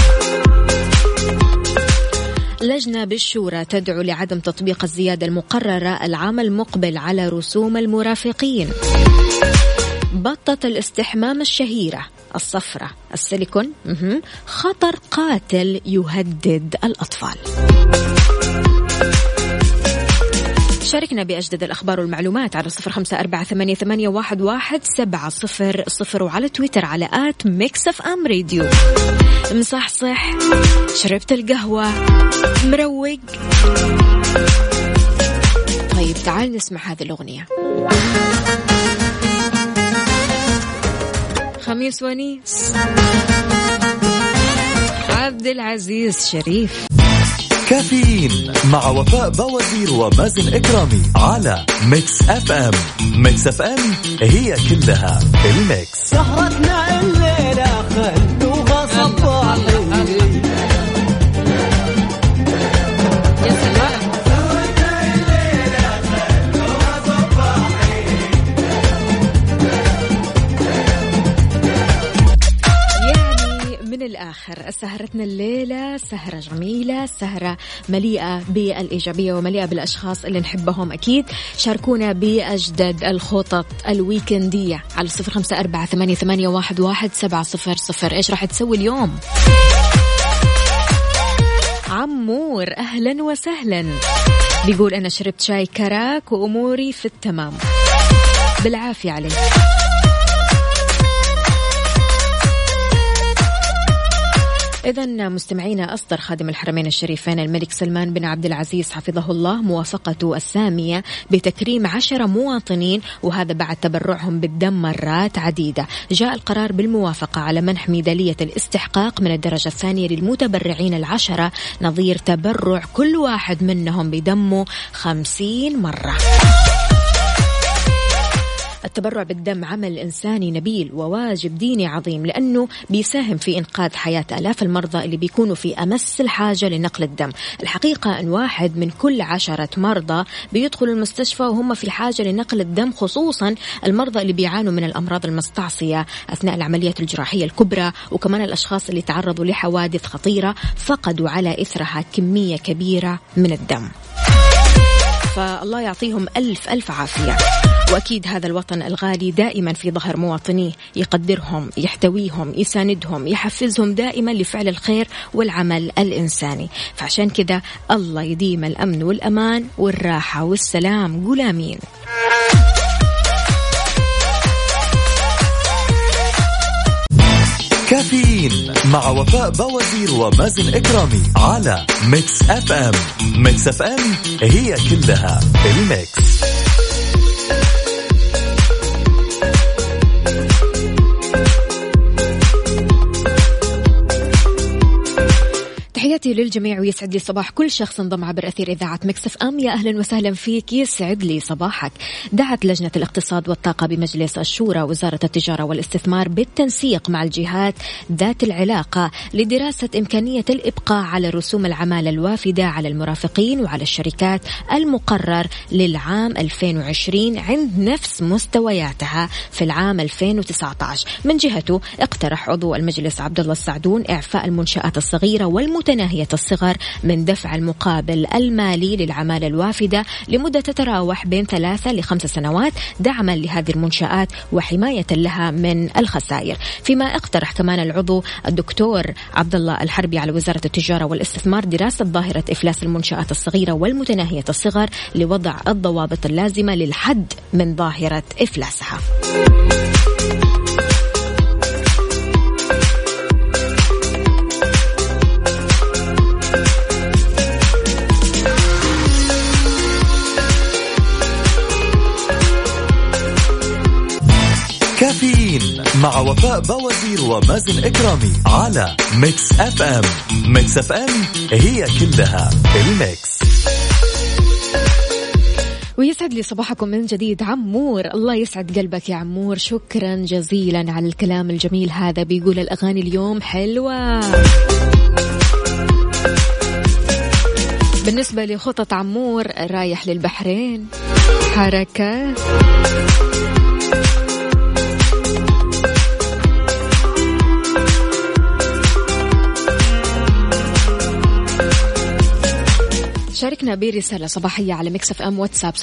لجنة بالشورى تدعو لعدم تطبيق الزيادة المقررة العام المقبل على رسوم المرافقين. بطة الاستحمام الشهيرة الصفرة السيليكون خطر قاتل يهدد الأطفال. شاركنا بأجدد الأخبار والمعلومات على 0548811700 وعلى تويتر على @mixfmradio. مصحصح، شربت القهوة، مروق؟ طيب تعال نسمع هذه الأغنية. خميس ونيس، عبد العزيز شريف. كافيين مع وفاء بوازير ومازن إكرامي على ميكس اف ام. ميكس اف ام هي كلها الميكس. سهرتنا الليلة خلوها صباحي. الآخر سهرتنا الليلة سهرة جميلة، سهرة مليئة بالإيجابية ومليئة بالأشخاص اللي نحبهم. أكيد شاركونا بأجدد الخطط الويكندية على 0548811700. إيش راح تسوي اليوم؟ عمور أهلا وسهلا، بيقول أنا شربت شاي كراك وأموري في التمام. بالعافية عليك. إذن مستمعينا، أصدر خادم الحرمين الشريفين الملك سلمان بن عبد العزيز حفظه الله موافقته السامية بتكريم 10 مواطنين، وهذا بعد تبرعهم بالدم مرات عديدة. جاء القرار بالموافقة على منح ميدالية الاستحقاق من الدرجة الثانية للمتبرعين 10 نظير تبرع كل واحد منهم بدمه 50 مرة. التبرع بالدم عمل إنساني نبيل وواجب ديني عظيم، لأنه بيساهم في إنقاذ حياة آلاف المرضى اللي بيكونوا في أمس الحاجة لنقل الدم. الحقيقة أن 1 من كل 10 مرضى بيدخلوا المستشفى وهم في حاجة لنقل الدم، خصوصا المرضى اللي بيعانوا من الأمراض المستعصية أثناء العمليات الجراحية الكبرى، وكمان الأشخاص اللي تعرضوا لحوادث خطيرة فقدوا على إثرها كمية كبيرة من الدم. فالله يعطيهم ألف عافية. وأكيد هذا الوطن الغالي دائما في ظهر مواطنيه، يقدرهم، يحتويهم، يساندهم، يحفزهم دائما لفعل الخير والعمل الإنساني. فعشان كذا الله يديم الأمن والأمان والراحة والسلام. قول آمين. كافيين مع وفاء بوازير ومازن إكرامي على ميكس اف ام. ميكس اف ام هي كلها الميكس. تحياتي تحياتي للجميع ويسعد لي صباح كل شخص انضم عبر أثير إذاعة مكس اف ام. يا أهلا وسهلا فيك، يسعد لي صباحك. دعت لجنة الاقتصاد والطاقة بمجلس الشورى وزارة التجارة والاستثمار بالتنسيق مع الجهات ذات العلاقة لدراسة إمكانية الإبقاء على رسوم العمالة الوافدة على المرافقين وعلى الشركات المقرر للعام 2020 عند نفس مستوياتها في العام 2019. من جهته اقترح عضو المجلس عبد الله السعدون إعفاء المنشآت الصغيرة والمتناهية الصغر من دفع المقابل المالي للعمالة الوافدة لمدة تتراوح بين 3 ل 5 سنوات دعما لهذه المنشآت وحماية لها من الخسائر. فيما اقترح كمان العضو الدكتور عبد الله الحربي على وزارة التجارة والاستثمار دراسة ظاهرة إفلاس المنشآت الصغيرة والمتناهية الصغر لوضع الضوابط اللازمة للحد من ظاهرة إفلاسها. كافيين مع وفاء بوازير ومازن إكرامي على ميكس اف ام. ميكس اف ام هي كلها الميكس. ويسعد لي صباحكم من جديد. عمور، الله يسعد قلبك يا عمور، شكرا جزيلا على الكلام الجميل هذا. بيقول الأغاني اليوم حلوة. بالنسبة لخطط عمور، رايح للبحرين، حركات. شاركنا برسالة صباحية على ميكس اف ام واتساب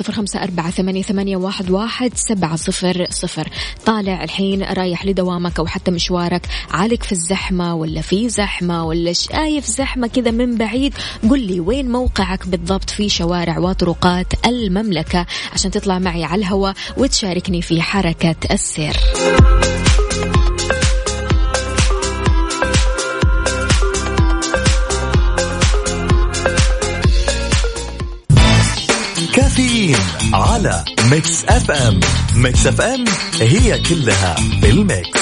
0548811700. طالع الحين رايح لدوامك أو حتى مشوارك، عالق في الزحمة ولا في زحمة ولا شايف زحمة كذا من بعيد؟ قل لي وين موقعك بالضبط في شوارع وطرقات المملكة عشان تطلع معي على الهواء وتشاركني في حركة السير. كافيين على ميكس اف ام. ميكس اف ام هي كلها بالميكس.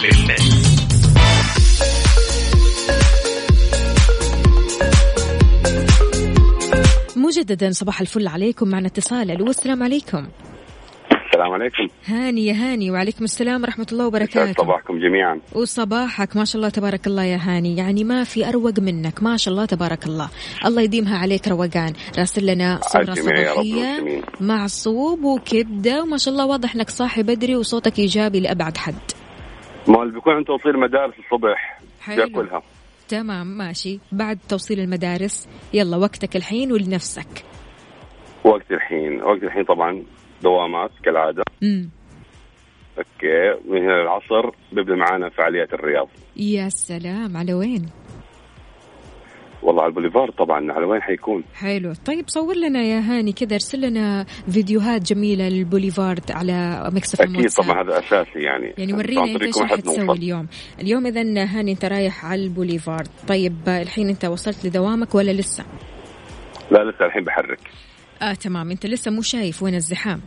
مجددا صباح الفل عليكم. معنا اتصال. الو، السلام عليكم. السلام عليكم. هاني يا هاني. وعليكم السلام ورحمة الله وبركاته. صباحكم جميعا. وصباحك ما شاء الله تبارك الله يا هاني، يعني ما في أروق منك ما شاء الله تبارك الله. الله يديمها عليك روقان. راسل لنا صورة صباحية معصوب وكبدة وما شاء الله، واضح انك صاحي بدري وصوتك إيجابي لأبعد حد. ما اللي بيكون عند توصيل مدارس الصبح بياكلها. تمام ماشي. بعد توصيل المدارس يلا وقتك الحين ولنفسك. وقت الحين طبعا دوامات كالعادة. اوكي، من هنا العصر بيبدأ معانا فعاليات الرياض. يا سلام، على وين؟ والله على البوليفارد طبعا. على وين حيكون؟ حلو. طيب صور لنا يا هاني كذا، ارسل لنا فيديوهات جميلة للبوليفارد على ميكس اف ام. اكيد طبعا، هذا اساسي يعني ورينا انت ايش راح تسوي اليوم. اذا هاني انت رايح على البوليفارد. طيب الحين انت وصلت لدوامك ولا لسه؟ لا لسه، الحين بحرك. تمام. انت لسه مو شايف وين الزحام؟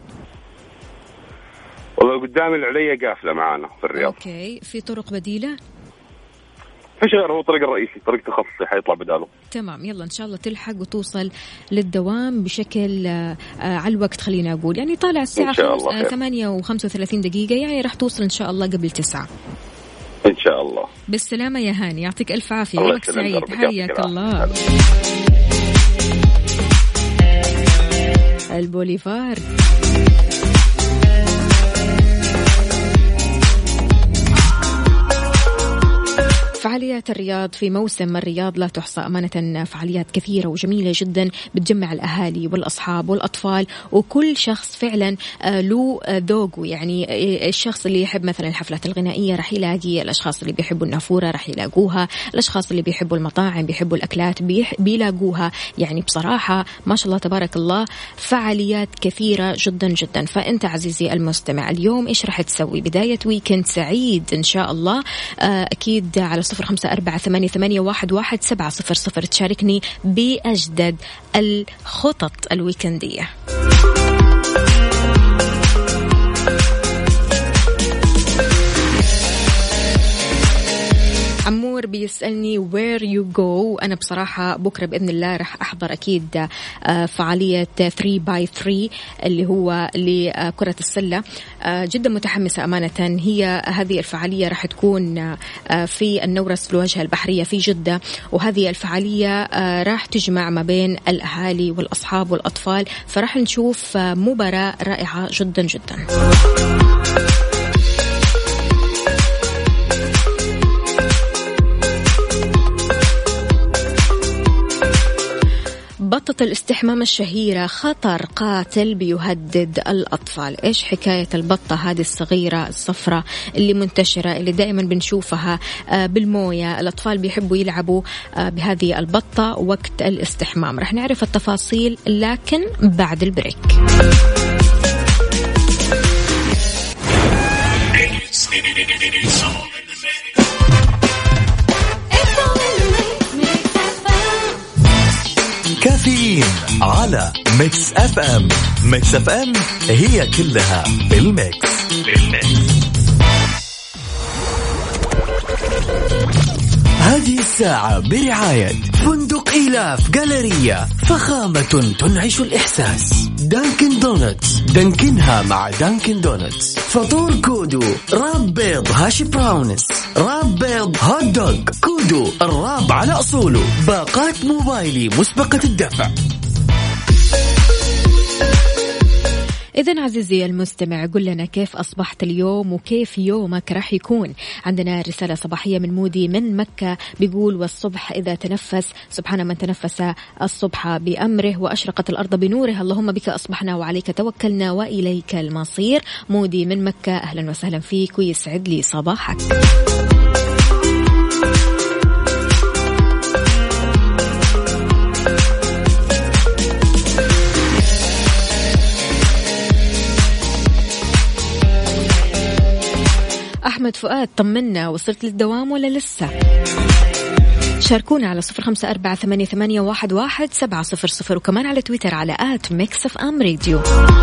والله قدام العليا قافلة معانا في الرياض. اوكي، في طرق بديلة؟ فيش غير هو الطريق الرئيسي، طريق تخصصي حيطلع بداله. تمام، يلا ان شاء الله تلحق وتوصل للدوام بشكل على الوقت. خلينا اقول يعني طالع الساعة 8:35 دقيقة، يعني راح توصل ان شاء الله قبل 9 ان شاء الله. بالسلامة يا هاني، يعطيك الف عافية، يومك سعيد. حياك الله. البوليفارد. فعاليات الرياض في موسم الرياض لا تحصى أمانة. فعاليات كثيرة وجميلة جدا بتجمع الأهالي والأصحاب والأطفال، وكل شخص فعلا له ذوقه. يعني الشخص اللي يحب مثلا الحفلات الغنائية رح يلاقي، الأشخاص اللي بيحبوا النافورة رح يلاقوها، الأشخاص اللي بيحبوا المطاعم بيحبوا الأكلات بيلاقوها. يعني بصراحة ما شاء الله تبارك الله فعاليات كثيرة جدا جدا. فأنت عزيزي المستمع اليوم إيش رح تسوي؟ بداية ويكند سعيد إن شاء الله. أكيد على 0548811700 تشاركني بأجدد الخطط الويكندية. عمور بيسألني where you go. أنا بصراحة بكرة بإذن الله رح أحضر أكيد فعالية 3x3 اللي هو لكرة السلة. جدا متحمسة أمانة. هي هذه الفعالية رح تكون في النورس الواجهة البحرية في جدة، وهذه الفعالية راح تجمع ما بين الأهالي والأصحاب والأطفال، فرح نشوف مباراة رائعة جدا جدا. بطة الاستحمام الشهيرة خطر قاتل بيهدد الأطفال. إيش حكاية البطة هذه الصغيرة الصفراء اللي منتشرة اللي دائما بنشوفها بالموية؟ الأطفال بيحبوا يلعبوا بهذه البطة وقت الاستحمام. رح نعرف التفاصيل لكن بعد البريك. كافيين على ميكس اف ام. ميكس اف ام هي كلها بالميكس. هذه الساعة برعاية فندق إيلاف جالريا، فخامة تنعش الإحساس. دانكن دونتس، دانكنها مع دانكن دونتس. فطور كودو، راب بيض هاشي براونس، راب بيض هوت دوغ. كودو الراب على أصوله. باقات موبايلي مسبقة الدفع. إذن عزيزي المستمع، قل لنا كيف أصبحت اليوم وكيف يومك راح يكون. عندنا رسالة صباحية من مودي من مكة بيقول: والصبح إذا تنفس سبحان من تنفس الصبح بأمره وأشرقت الأرض بنوره، اللهم بك أصبحنا وعليك توكلنا وإليك المصير. مودي من مكة، أهلا وسهلا فيك ويسعد لي صباحك. أحمد فؤاد طمنا، وصلت للدوام ولا لسه؟ شاركونا على 0548811700 وكمان على تويتر على @mixofamradio.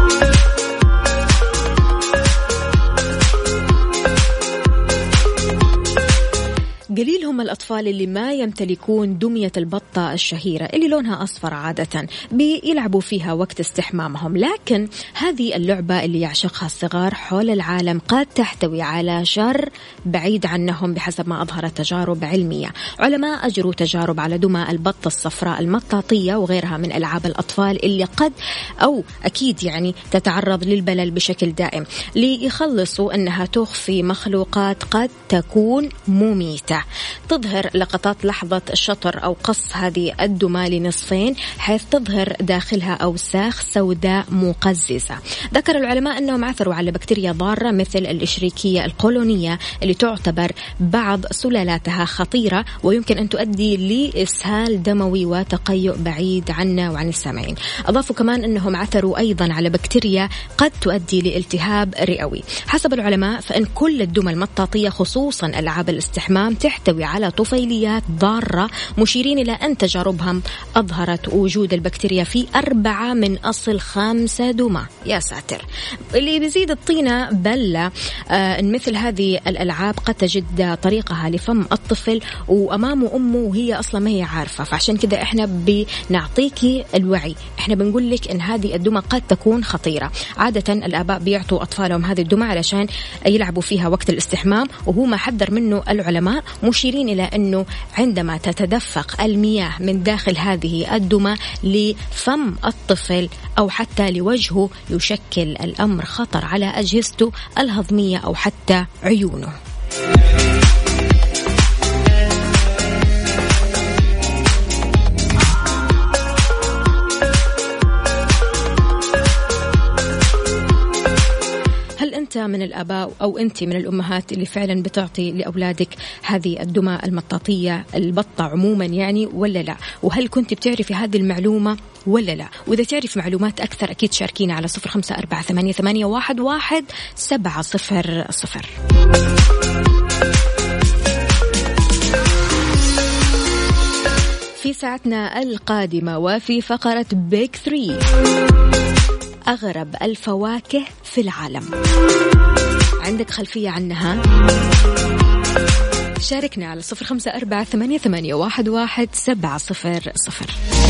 قليل هم الأطفال اللي ما يمتلكون دمية البطة الشهيرة اللي لونها أصفر، عادة بيلعبوا فيها وقت استحمامهم، لكن هذه اللعبة اللي يعشقها الصغار حول العالم قد تحتوي على شر بعيد عنهم بحسب ما أظهرت تجارب علمية. علماء أجروا تجارب على دمى البطة الصفراء المطاطية وغيرها من ألعاب الأطفال اللي قد أو أكيد يعني تتعرض للبلل بشكل دائم، ليخلصوا أنها تخفي مخلوقات قد تكون مميتة. تظهر لقطات لحظة الشطر أو قص هذه الدمى لنصفين، حيث تظهر داخلها أوساخ سوداء مقززة. ذكر العلماء أنهم عثروا على بكتيريا ضارة مثل الإشريكية القولونية اللي تعتبر بعض سلالاتها خطيرة ويمكن أن تؤدي لإسهال دموي وتقيؤ بعيد عنا وعن السامعين. أضافوا كمان أنهم عثروا أيضا على بكتيريا قد تؤدي لالتهاب رئوي. حسب العلماء فإن كل الدمى المطاطية خصوصا ألعاب الاستحمام تحتوي على طفيليات ضارة، مشيرين إلى أن تجاربهم أظهرت وجود البكتيريا في 4 من أصل 5 دمى. يا ساتر. اللي بيزيد الطينة بلة أن مثل هذه الألعاب قد تجد طريقها لفم الطفل وأمامه أمه وهي أصلا ما هي عارفة، فعشان كده إحنا بنعطيكي الوعي، إحنا بنقول لك أن هذه الدمى قد تكون خطيرة. عادة الآباء بيعطوا أطفالهم هذه الدمى علشان يلعبوا فيها وقت الاستحمام، وهو ما حذر منه العلماء، مشيرين إلى أنه عندما تتدفق المياه من داخل هذه الدمى لفم الطفل أو حتى لوجهه يشكل الأمر خطر على أجهزته الهضمية أو حتى عيونه. أنت من الآباء أو أنت من الأمهات اللي فعلا بتعطي لأولادك هذه الدمى المطاطية البطة عموما يعني ولا لا؟ وهل كنت بتعرفي هذه المعلومة ولا لا؟ وإذا تعرف معلومات أكثر أكيد شاركينا على 0548811700. في ساعتنا القادمة وفي فقرة بيك 3 أغرب الفواكه في العالم. عندك خلفية عنها؟ شاركنا على 0548811700.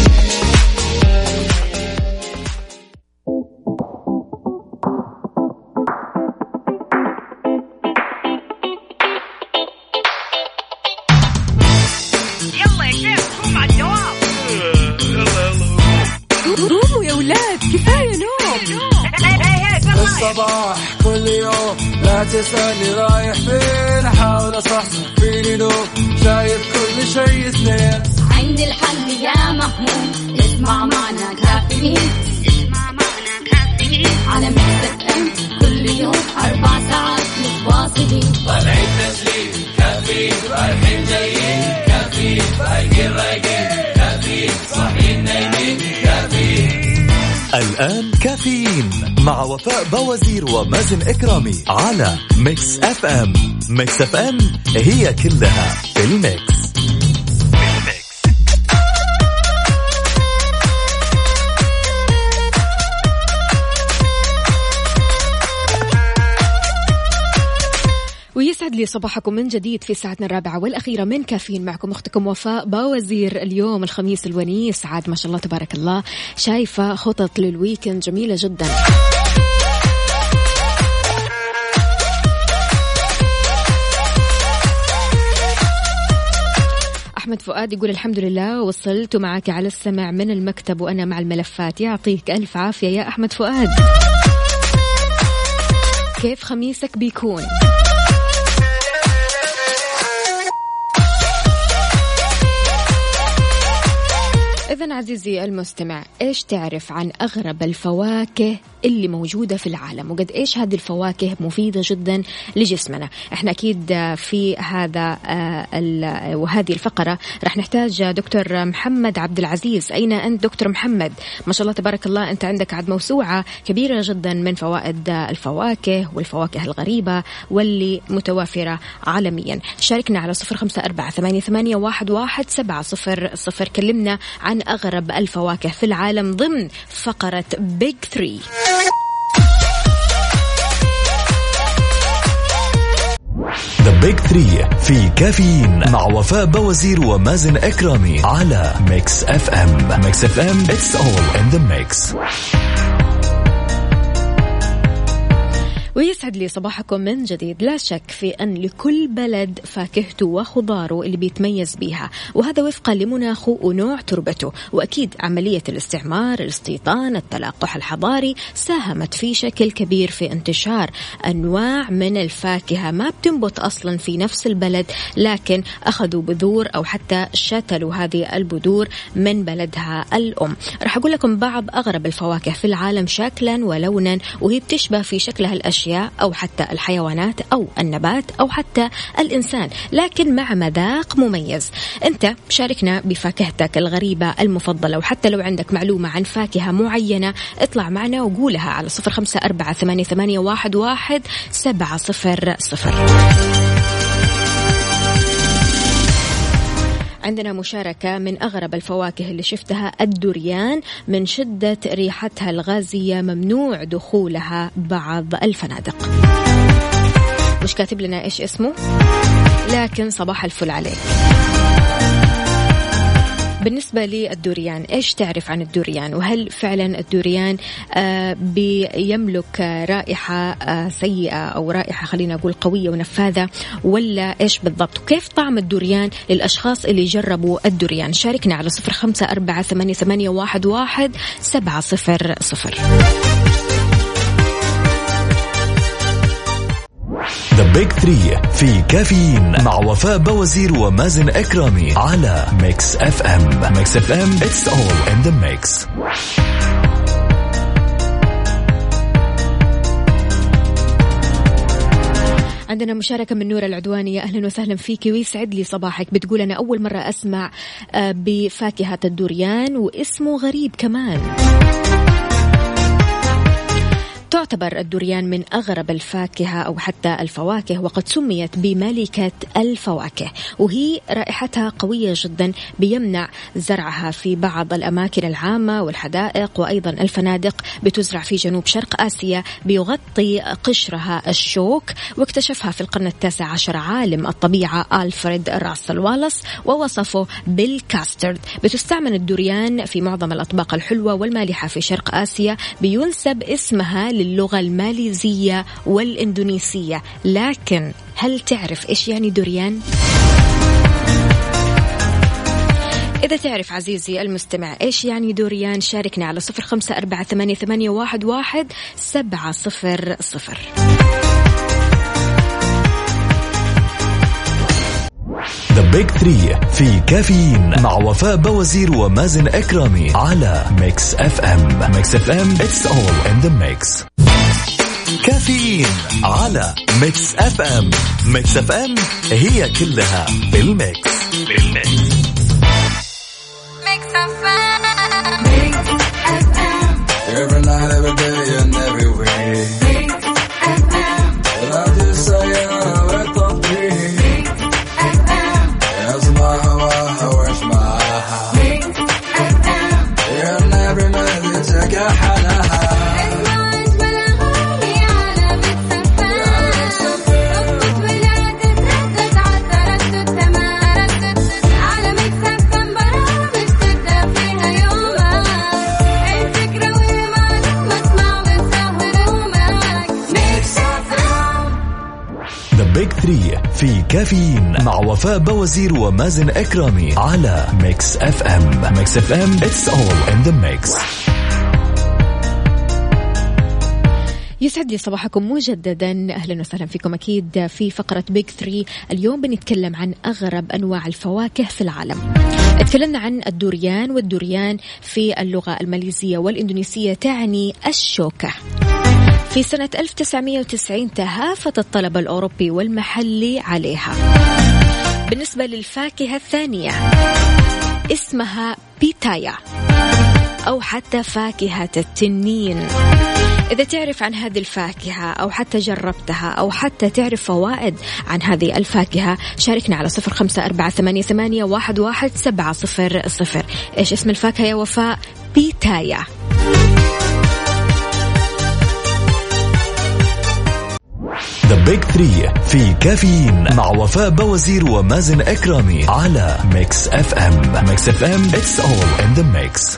يلا يا شيخ قوم على الدوام. قوموا يا ولاد كفاية نوم. الصباح كل يوم لا تسألني رايح فين، أحاول أصحصح فيني نوم، شايف كل شيء سنين. عندي الحل يا محمود، اسمع معنا كافيين، اسمع معنا كافيين على ميكس اف ام كل يوم 4 ساعات متواصلين. طالعين تسليم كافيين، رايحين جايين كافيين، فايقين رايقين كافيين، صاحيين نايمين كافيين. الآن كافيين مع وفاء بوازير ومازن إكرامي على ميكس اف ام. ميكس اف ام هي كلها في الميكس. ويسعد لي صباحكم من جديد في ساعتنا الرابعة والأخيرة من كافيين. معكم أختكم وفاء باوزير. اليوم الخميس الونيس، عاد ما شاء الله تبارك الله، شايفة خطط للويكند جميلة جدا. أحمد فؤاد يقول الحمد لله وصلت ومعك على السمع من المكتب وأنا مع الملفات. يعطيك ألف عافية يا أحمد فؤاد. كيف خميسك بيكون؟ إذن عزيزي المستمع، إيش تعرف عن أغرب الفواكه اللي موجودة في العالم، وقد إيش هذه الفواكه مفيدة جدا لجسمنا؟ إحنا أكيد في هذا وهذه الفقرة رح نحتاج دكتور محمد عبد العزيز. أين أنت دكتور محمد؟ ما شاء الله تبارك الله، أنت عندك عاد موسوعة كبيرة جدا من فوائد الفواكه والفواكه الغريبة واللي متوافرة عالميا. شاركنا على 0548811700. كلمنا عن أغرب الفواكه في العالم ضمن فقرة بيج 3. The Big 3 في كافيين مع وفاء بوازير ومازن إكرامي على ميكس اف ام. ميكس اف ام it's all in the mix. ويسعد لي صباحكم من جديد. لا شك في أن لكل بلد فاكهته وخضاره اللي بيتميز بيها، وهذا وفقا لمناخه ونوع تربته. وأكيد عملية الاستعمار، الاستيطان، التلقح الحضاري ساهمت في شكل كبير في انتشار أنواع من الفاكهة ما بتنبت أصلا في نفس البلد، لكن أخذوا بذور أو حتى شتلوا هذه البذور من بلدها الأم. رح أقول لكم بعض أغرب الفواكه في العالم شكلا ولونا، وهي بتشبه في شكلها الأشياء أو حتى الحيوانات أو النبات أو حتى الإنسان، لكن مع مذاق مميز. أنت شاركنا بفاكهتك الغريبة المفضلة، وحتى لو عندك معلومة عن فاكهة معينة اطلع معنا وقولها على 0548811700. عندنا مشاركة من أغرب الفواكه اللي شفتها الدوريان، من شدة ريحتها الغازية ممنوع دخولها بعض الفنادق. مش كاتب لنا إيش اسمه، لكن صباح الفل عليك. بالنسبة للدوريان، إيش تعرف عن الدوريان؟ وهل فعلا الدوريان بيملك رائحة سيئة أو رائحة خلينا نقول قوية ونفاذة، ولا إيش بالضبط؟ وكيف طعم الدوريان للأشخاص اللي جربوا الدوريان؟ شاركنا على 0548811700. The Big 3 في كافيين مع وفاء بوازير ومازن إكرامي على ميكس اف ام. ميكس اف ام it's all in the mix. عندنا مشاركة من نورة العدوانية. أهلا وسهلا فيك ويسعد لي صباحك. بتقول أنا أول مرة أسمع بفاكهة الدوريان واسمه غريب كمان. تعتبر الدوريان من أغرب الفاكهة أو حتى الفواكه، وقد سميت بملكة الفواكه، وهي رائحتها قوية جدا بيمنع زرعها في بعض الأماكن العامة والحدائق وأيضا الفنادق. بتزرع في جنوب شرق آسيا، بيغطي قشرها الشوك، واكتشفها في القرن 19 عالم الطبيعة ألفريد راسل والاس ووصفه بالكاسترد. بتستعمل الدوريان في معظم الأطباق الحلوة والمالحة في شرق آسيا. بينسب اسمها للغة الماليزية والإندونيسية، لكن هل تعرف إيش يعني دوريان؟ إذا تعرف عزيزي المستمع إيش يعني دوريان، شاركنا على 0548811700. The Big 3 في كافيين مع وفاء بوزير ومازن إكرامي على ميكس اف ام. ميكس اف ام it's all in the mix. كافيين على ميكس اف ام. ميكس اف ام هي كلها بالميكس. ميكس اف ام. Every night, every day and every way. لا تنسى والتطبيق اسمع هواها واسمعها يا النبي ما تنسى حلاها. بيج 3 في كافيين مع وفاء بوزير ومازن إكرامي على ميكس اف ام. ميكس اف ام it's all in the mix. يسعد لي صباحكم مجددا، أهلا وسهلا فيكم أكيد في فقرة بيج 3. اليوم بنتكلم عن أغرب أنواع الفواكه في العالم. اتكلمنا عن الدوريان، والدوريان في اللغة الماليزية والإندونيسية تعني الشوكة. في سنة 1990 تهافت الطلب الأوروبي والمحلي عليها. بالنسبة للفاكهة الثانية اسمها بيتايا أو حتى فاكهة التنين. إذا تعرف عن هذه الفاكهة أو حتى جربتها أو حتى تعرف فوائد عن هذه الفاكهة، شاركنا على 0548811700. إيش اسم الفاكهة يا وفاء؟ بيتايا. The Big 3 في كافيين مع وفاء بوزير ومازن إكرامي على ميكس اف ام. ميكس اف ام it's all in the mix.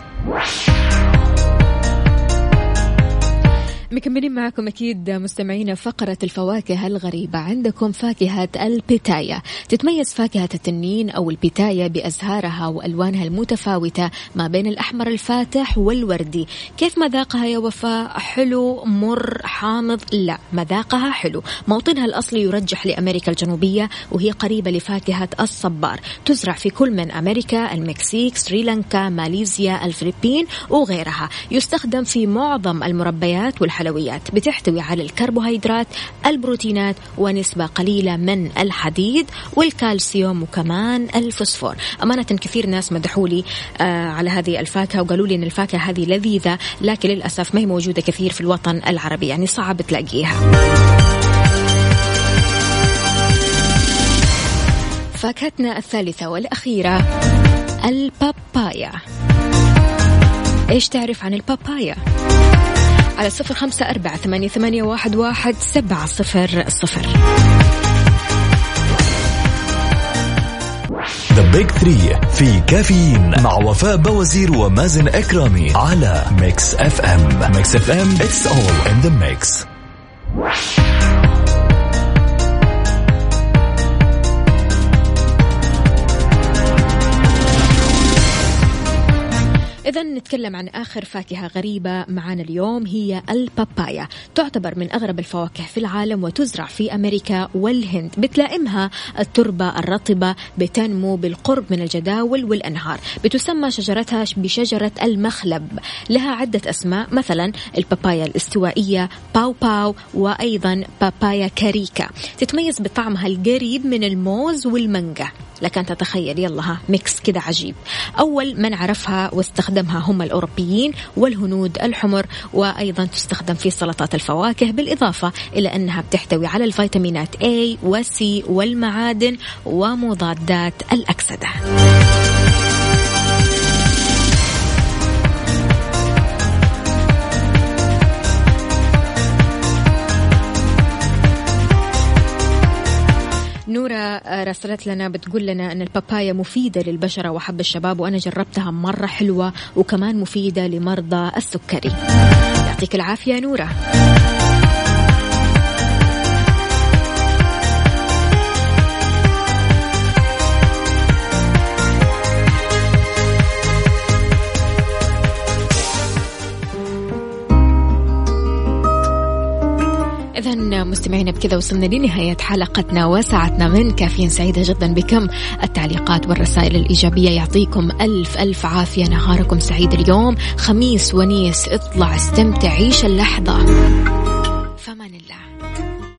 مكملين معكم أكيد مستمعين فقرة الفواكه الغريبة. عندكم فاكهة البيتايا. تتميز فاكهة التنين أو البيتايا بأزهارها وألوانها المتفاوتة ما بين الأحمر الفاتح والوردي. كيف مذاقها يا وفاء؟ حلو، مر، حامض؟ لا، مذاقها حلو. موطنها الأصلي يرجح لأمريكا الجنوبية، وهي قريبة لفاكهة الصبار. تزرع في كل من أمريكا، المكسيك، سريلانكا، ماليزيا، الفلبين وغيرها. يستخدم في معظم المربيات والحلويات. بتحتوي على الكربوهيدرات، البروتينات، ونسبة قليلة من الحديد والكالسيوم وكمان الفوسفور. أمانة كثير ناس مدحولي على هذه الفاكهة وقالوا لي أن الفاكهة هذه لذيذة، لكن للأسف ما هي موجودة كثير في الوطن العربي، يعني صعب تلاقيها. فاكهتنا الثالثة والأخيرة البابايا. إيش تعرف عن البابايا؟ على 0548811700. The Big 3 في كافيين مع وفاء بوزير ومازن إكرامي على ميكس اف ام. ميكس اف ام it's all in the mix. إذا نتكلم عن آخر فاكهة غريبة معنا اليوم، هي البابايا. تعتبر من أغرب الفواكه في العالم، وتزرع في أمريكا والهند. بتلائمها التربة الرطبة، بتنمو بالقرب من الجداول والأنهار. بتسمى شجرتها بشجرة المخلب. لها عدة أسماء، مثلا البابايا الاستوائية، باو باو، وأيضا بابايا كاريكا. تتميز بطعمها القريب من الموز والمانجا. لكن تتخيل يلا ها ميكس كده عجيب. أول من عرفها واستخدمها هم الأوروبيين والهنود الحمر، وأيضا تستخدم في سلطات الفواكه، بالإضافة إلى أنها بتحتوي على الفيتامينات A و C والمعادن ومضادات الأكسدة. نورة راسلت لنا بتقول لنا أن البابايا مفيدة للبشرة وحب الشباب، وأنا جربتها مرة حلوة وكمان مفيدة لمرضى السكري. يعطيك العافية نورة. إذن مستمعين بكذا وصلنا لنهاية حلقتنا وساعتنا من كافيين. سعيدة جدا بكم التعليقات والرسائل الإيجابية. يعطيكم ألف ألف عافية. نهاركم سعيد اليوم، خميس ونيس، اطلع استمتع، عيش اللحظة.